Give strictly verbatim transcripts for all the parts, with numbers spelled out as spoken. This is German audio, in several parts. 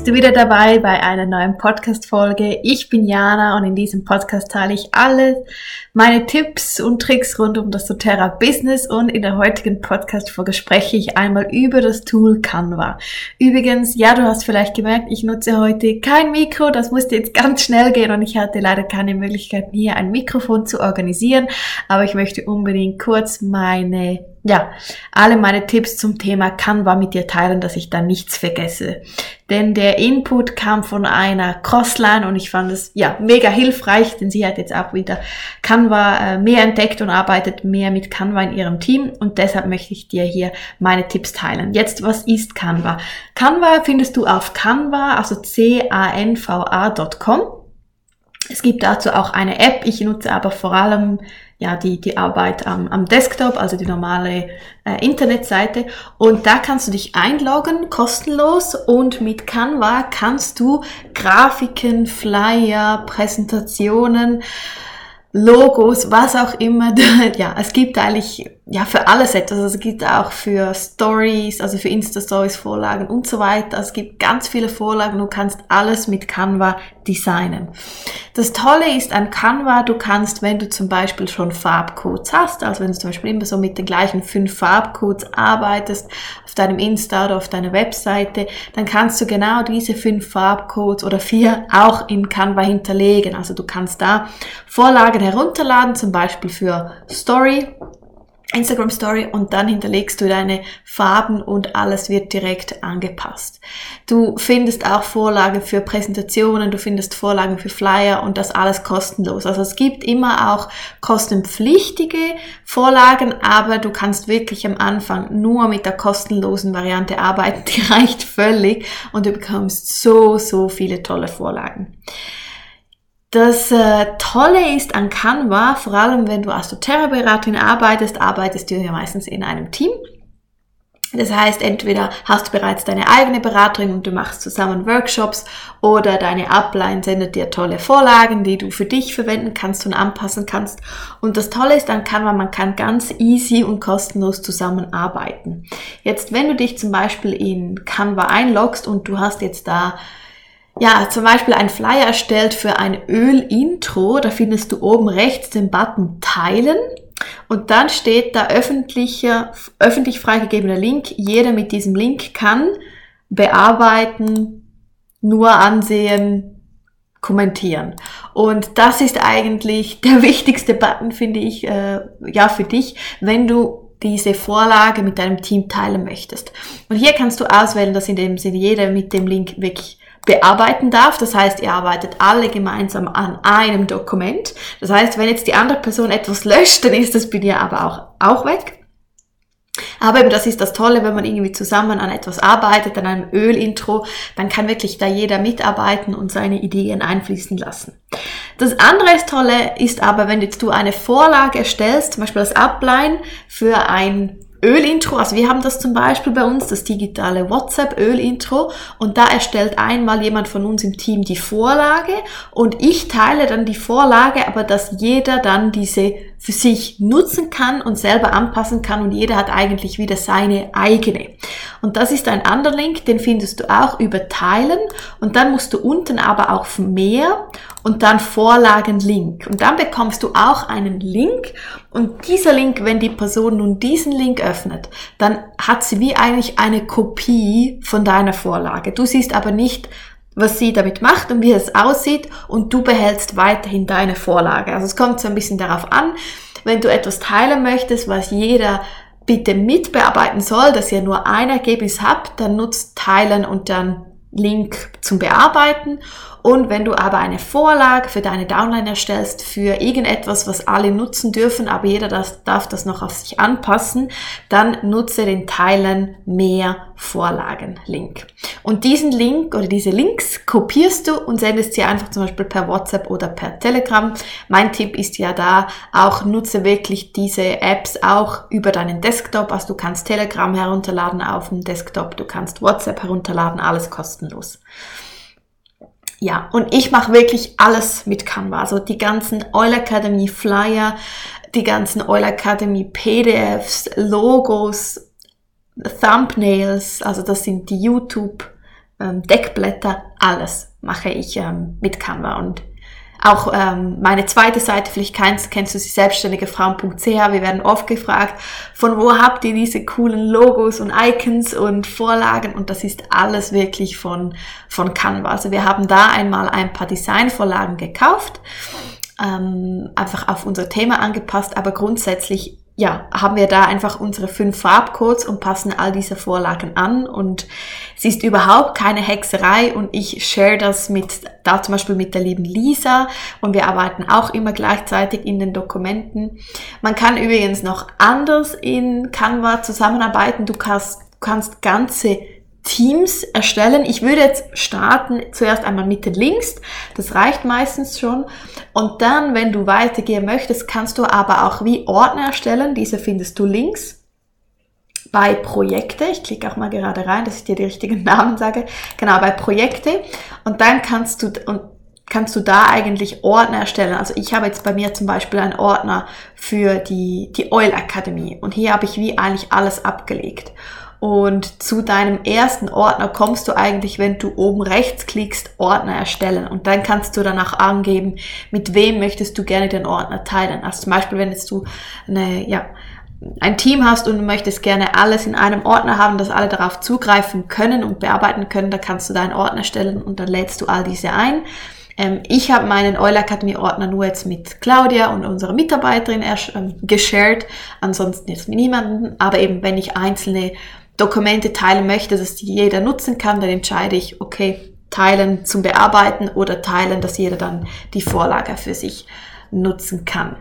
bist du wieder dabei bei einer neuen Podcast-Folge. Ich bin Jana und in diesem Podcast teile ich alle meine Tipps und Tricks rund um das doTERRA-Business und in der heutigen Podcast-Folge spreche ich einmal über das Tool Canva. Übrigens, ja, du hast vielleicht gemerkt, ich nutze heute kein Mikro, das musste jetzt ganz schnell gehen und ich hatte leider keine Möglichkeit, hier ein Mikrofon zu organisieren, aber ich möchte unbedingt kurz meine Ja, alle meine Tipps zum Thema Canva mit dir teilen, dass ich da nichts vergesse. Denn der Input kam von einer Crossline und ich fand es ja mega hilfreich, denn sie hat jetzt auch wieder Canva äh, mehr entdeckt und arbeitet mehr mit Canva in ihrem Team und deshalb möchte ich dir hier meine Tipps teilen. Jetzt, was ist Canva? Canva findest du auf Canva, also C A N V A Punkt com. Es gibt dazu auch eine App, ich nutze aber vor allem ja die die Arbeit am, am Desktop, also die normale äh, Internetseite und da kannst du dich einloggen, kostenlos und mit Canva kannst du Grafiken, Flyer, Präsentationen, Logos, was auch immer, ja, es gibt eigentlich ja für alles etwas, also es gibt auch für Stories, also für Insta-Stories Vorlagen und so weiter, es gibt ganz viele Vorlagen, du kannst alles mit Canva designen. Das Tolle ist an Canva, du kannst, wenn du zum Beispiel schon Farbcodes hast, also wenn du zum Beispiel immer so mit den gleichen fünf Farbcodes arbeitest, auf deinem Insta oder auf deiner Webseite, dann kannst du genau diese fünf Farbcodes oder vier auch in Canva hinterlegen, also du kannst da Vorlagen herunterladen, zum Beispiel für Story, Instagram Story und dann hinterlegst du deine Farben und alles wird direkt angepasst. Du findest auch Vorlagen für Präsentationen, du findest Vorlagen für Flyer und das alles kostenlos. Also es gibt immer auch kostenpflichtige Vorlagen, aber du kannst wirklich am Anfang nur mit der kostenlosen Variante arbeiten, die reicht völlig und du bekommst so, so viele tolle Vorlagen. Das äh, Tolle ist an Canva, vor allem wenn du als doTERRA-Beraterin arbeitest, arbeitest du ja meistens in einem Team. Das heißt, entweder hast du bereits deine eigene Beraterin und du machst zusammen Workshops oder deine Upline sendet dir tolle Vorlagen, die du für dich verwenden kannst und anpassen kannst. Und das Tolle ist an Canva, man kann ganz easy und kostenlos zusammenarbeiten. Jetzt, wenn du dich zum Beispiel in Canva einloggst und du hast jetzt da ja, zum Beispiel ein Flyer erstellt für ein Öl-Intro, da findest du oben rechts den Button Teilen und dann steht da öffentlicher, öffentlich freigegebener Link. Jeder mit diesem Link kann bearbeiten, nur ansehen, kommentieren. Und das ist eigentlich der wichtigste Button, finde ich, äh, ja, für dich, wenn du diese Vorlage mit deinem Team teilen möchtest. Und hier kannst du auswählen, dass in dem Sinne jeder mit dem Link wirklich bearbeiten darf. Das heißt, ihr arbeitet alle gemeinsam an einem Dokument. Das heißt, wenn jetzt die andere Person etwas löscht, dann ist das bei dir aber auch, auch weg. Aber eben das ist das Tolle, wenn man irgendwie zusammen an etwas arbeitet, an einem Öl-Intro, dann kann wirklich da jeder mitarbeiten und seine Ideen einfließen lassen. Das andere Tolle ist aber, wenn jetzt du eine Vorlage erstellst, zum Beispiel als Upline für ein Öl-Intro, also wir haben das zum Beispiel bei uns, das digitale WhatsApp-Öl-Intro und da erstellt einmal jemand von uns im Team die Vorlage und ich teile dann die Vorlage, aber dass jeder dann diese für sich nutzen kann und selber anpassen kann und jeder hat eigentlich wieder seine eigene. Und das ist ein anderer Link, den findest du auch über Teilen und dann musst du unten aber auf Mehr und dann Vorlagen-Link. Und dann bekommst du auch einen Link und dieser Link, wenn die Person nun diesen Link öffnet, dann hat sie wie eigentlich eine Kopie von deiner Vorlage. Du siehst aber nicht, was sie damit macht und wie es aussieht und du behältst weiterhin deine Vorlage. Also es kommt so ein bisschen darauf an, wenn du etwas teilen möchtest, was jeder bitte mitbearbeiten soll, dass ihr nur ein Ergebnis habt, dann nutzt Teilen und dann Link zum Bearbeiten. Und wenn du aber eine Vorlage für deine Downline erstellst, für irgendetwas, was alle nutzen dürfen, aber jeder das, darf das noch auf sich anpassen, dann nutze den Teilen mehr Vorlagen-Link. Und diesen Link oder diese Links kopierst du und sendest sie einfach zum Beispiel per WhatsApp oder per Telegram. Mein Tipp ist ja da, auch nutze wirklich diese Apps auch über deinen Desktop. Also du kannst Telegram herunterladen auf dem Desktop, du kannst WhatsApp herunterladen, alles kostenlos. Ja, und ich mache wirklich alles mit Canva, also die ganzen Oil Academy Flyer, die ganzen Oil Academy P D Fs, Logos, Thumbnails, also das sind die YouTube ähm, Deckblätter, alles mache ich ähm, mit Canva. Und auch ähm, meine zweite Seite, vielleicht kennst, kennst du sie, selbstständige frauen punkt c h. Wir werden oft gefragt, von wo habt ihr diese coolen Logos und Icons und Vorlagen? Und das ist alles wirklich von, von Canva. Also wir haben da einmal ein paar Designvorlagen gekauft, ähm, einfach auf unser Thema angepasst, aber grundsätzlich ja, haben wir da einfach unsere fünf Farbcodes und passen all diese Vorlagen an, und es ist überhaupt keine Hexerei, und ich share das mit, da zum Beispiel mit der lieben Lisa, und wir arbeiten auch immer gleichzeitig in den Dokumenten. Man kann übrigens noch anders in Canva zusammenarbeiten. Du kannst, kannst ganze Teams erstellen. Ich würde jetzt starten zuerst einmal mit den Links, das reicht meistens schon, und dann, wenn du weitergehen möchtest, kannst du aber auch wie Ordner erstellen. Diese findest du links bei Projekte. Ich klicke auch mal gerade rein, dass ich dir die richtigen Namen sage. Genau, bei Projekte, und dann kannst du und kannst du da eigentlich Ordner erstellen. Also ich habe jetzt bei mir zum Beispiel einen Ordner für die die Oil Akademie, und hier habe ich wie eigentlich alles abgelegt. Und zu deinem ersten Ordner kommst du eigentlich, wenn du oben rechts klickst, Ordner erstellen. Und dann kannst du danach angeben, mit wem möchtest du gerne den Ordner teilen. Also zum Beispiel, wenn jetzt du eine, ja, ein Team hast und du möchtest gerne alles in einem Ordner haben, dass alle darauf zugreifen können und bearbeiten können, dann kannst du da einen Ordner erstellen und dann lädst du all diese ein. Ähm, ich habe meinen Oil Academy Ordner nur jetzt mit Claudia und unserer Mitarbeiterin erst, ähm, geshared, ansonsten jetzt mit niemandem. Aber eben, wenn ich einzelne Dokumente teilen möchte, dass die jeder nutzen kann, dann entscheide ich, okay, teilen zum Bearbeiten oder teilen, dass jeder dann die Vorlage für sich nutzen kann.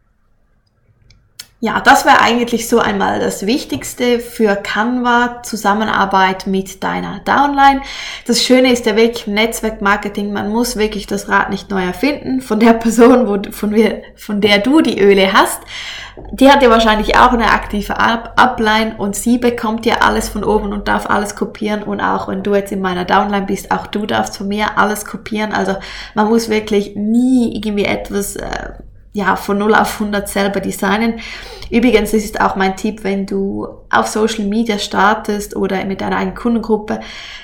Ja, das wäre eigentlich so einmal das Wichtigste für Canva, Zusammenarbeit mit deiner Downline. Das Schöne ist ja wirklich im Netzwerkmarketing, man muss wirklich das Rad nicht neu erfinden. Von der Person, wo, von, wir, von der du die Öle hast, die hat ja wahrscheinlich auch eine aktive Upline, und sie bekommt ja alles von oben und darf alles kopieren, und auch wenn du jetzt in meiner Downline bist, auch du darfst von mir alles kopieren. Also man muss wirklich nie irgendwie etwas äh, ja, von null auf hundert selber designen. Übrigens, das ist auch mein Tipp, wenn du auf Social Media startest oder mit deiner eigenen Kundengruppe,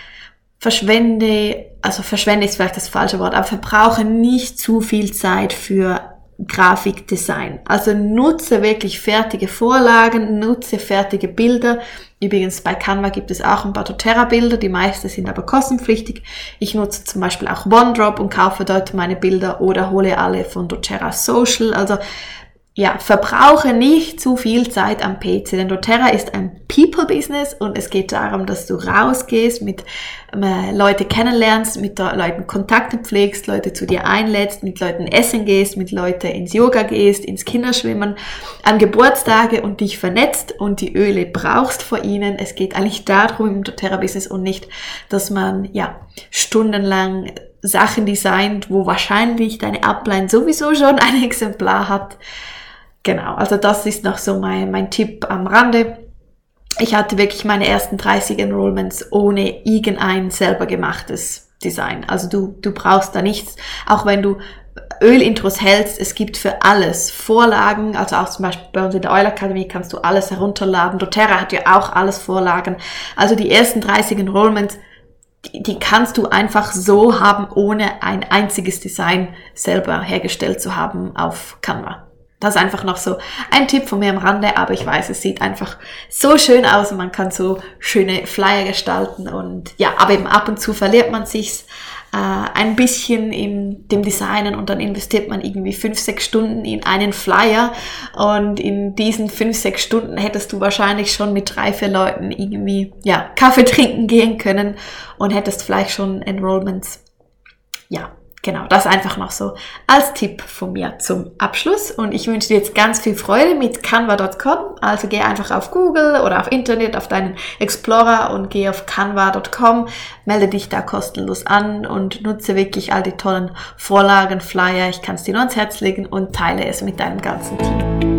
verschwende, also verschwende ist vielleicht das falsche Wort, aber verbrauche nicht zu viel Zeit für Grafikdesign. Also nutze wirklich fertige Vorlagen, nutze fertige Bilder. Übrigens bei Canva gibt es auch ein paar doTERRA-Bilder, die meisten sind aber kostenpflichtig. Ich nutze zum Beispiel auch OneDrop und kaufe dort meine Bilder oder hole alle von doTERRA Social. Also ja, verbrauche nicht zu viel Zeit am P C, denn doTERRA ist ein People-Business, und es geht darum, dass du rausgehst, mit äh, Leute kennenlernst, mit Leuten Kontakte pflegst, Leute zu dir einlädst, mit Leuten essen gehst, mit Leuten ins Yoga gehst, ins Kinderschwimmen, an Geburtstage und dich vernetzt und die Öle brauchst vor ihnen. Es geht eigentlich darum im doTERRA-Business, und nicht, dass man ja stundenlang Sachen designt, wo wahrscheinlich deine Upline sowieso schon ein Exemplar hat. Genau, also das ist noch so mein, mein Tipp am Rande. Ich hatte wirklich meine ersten dreißig Enrollments ohne irgendein selber gemachtes Design. Also du, du brauchst da nichts, auch wenn du Ölintros hältst, es gibt für alles Vorlagen, also auch zum Beispiel bei uns in der Oil Academy kannst du alles herunterladen. doTERRA hat ja auch alles Vorlagen. Also die ersten dreißig Enrollments, die, die kannst du einfach so haben, ohne ein einziges Design selber hergestellt zu haben auf Canva. Das ist einfach noch so ein Tipp von mir am Rande, aber ich weiß, es sieht einfach so schön aus und man kann so schöne Flyer gestalten, und ja, aber eben ab und zu verliert man sich's äh, ein bisschen in dem Designen, und dann investiert man irgendwie fünf, sechs Stunden in einen Flyer, und in diesen fünf, sechs Stunden hättest du wahrscheinlich schon mit drei, vier Leuten irgendwie, ja, Kaffee trinken gehen können und hättest vielleicht schon Enrollments, ja. Genau, das einfach noch so als Tipp von mir zum Abschluss, und ich wünsche dir jetzt ganz viel Freude mit canva Punkt com. Also geh einfach auf Google oder auf Internet, auf deinen Explorer und geh auf canva Punkt com, melde dich da kostenlos an und nutze wirklich all die tollen Vorlagen, Flyer. Ich kann es dir nur ans Herz legen und teile es mit deinem ganzen Team.